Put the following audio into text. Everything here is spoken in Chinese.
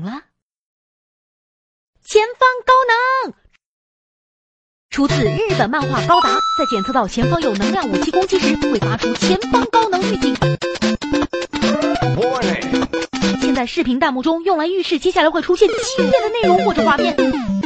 懂了。前方高能，出自日本漫画高达，在检测到前方有能量武器攻击时，会发出前方高能预警。现在视频弹幕中用来预示接下来会出现激烈的内容或者画面。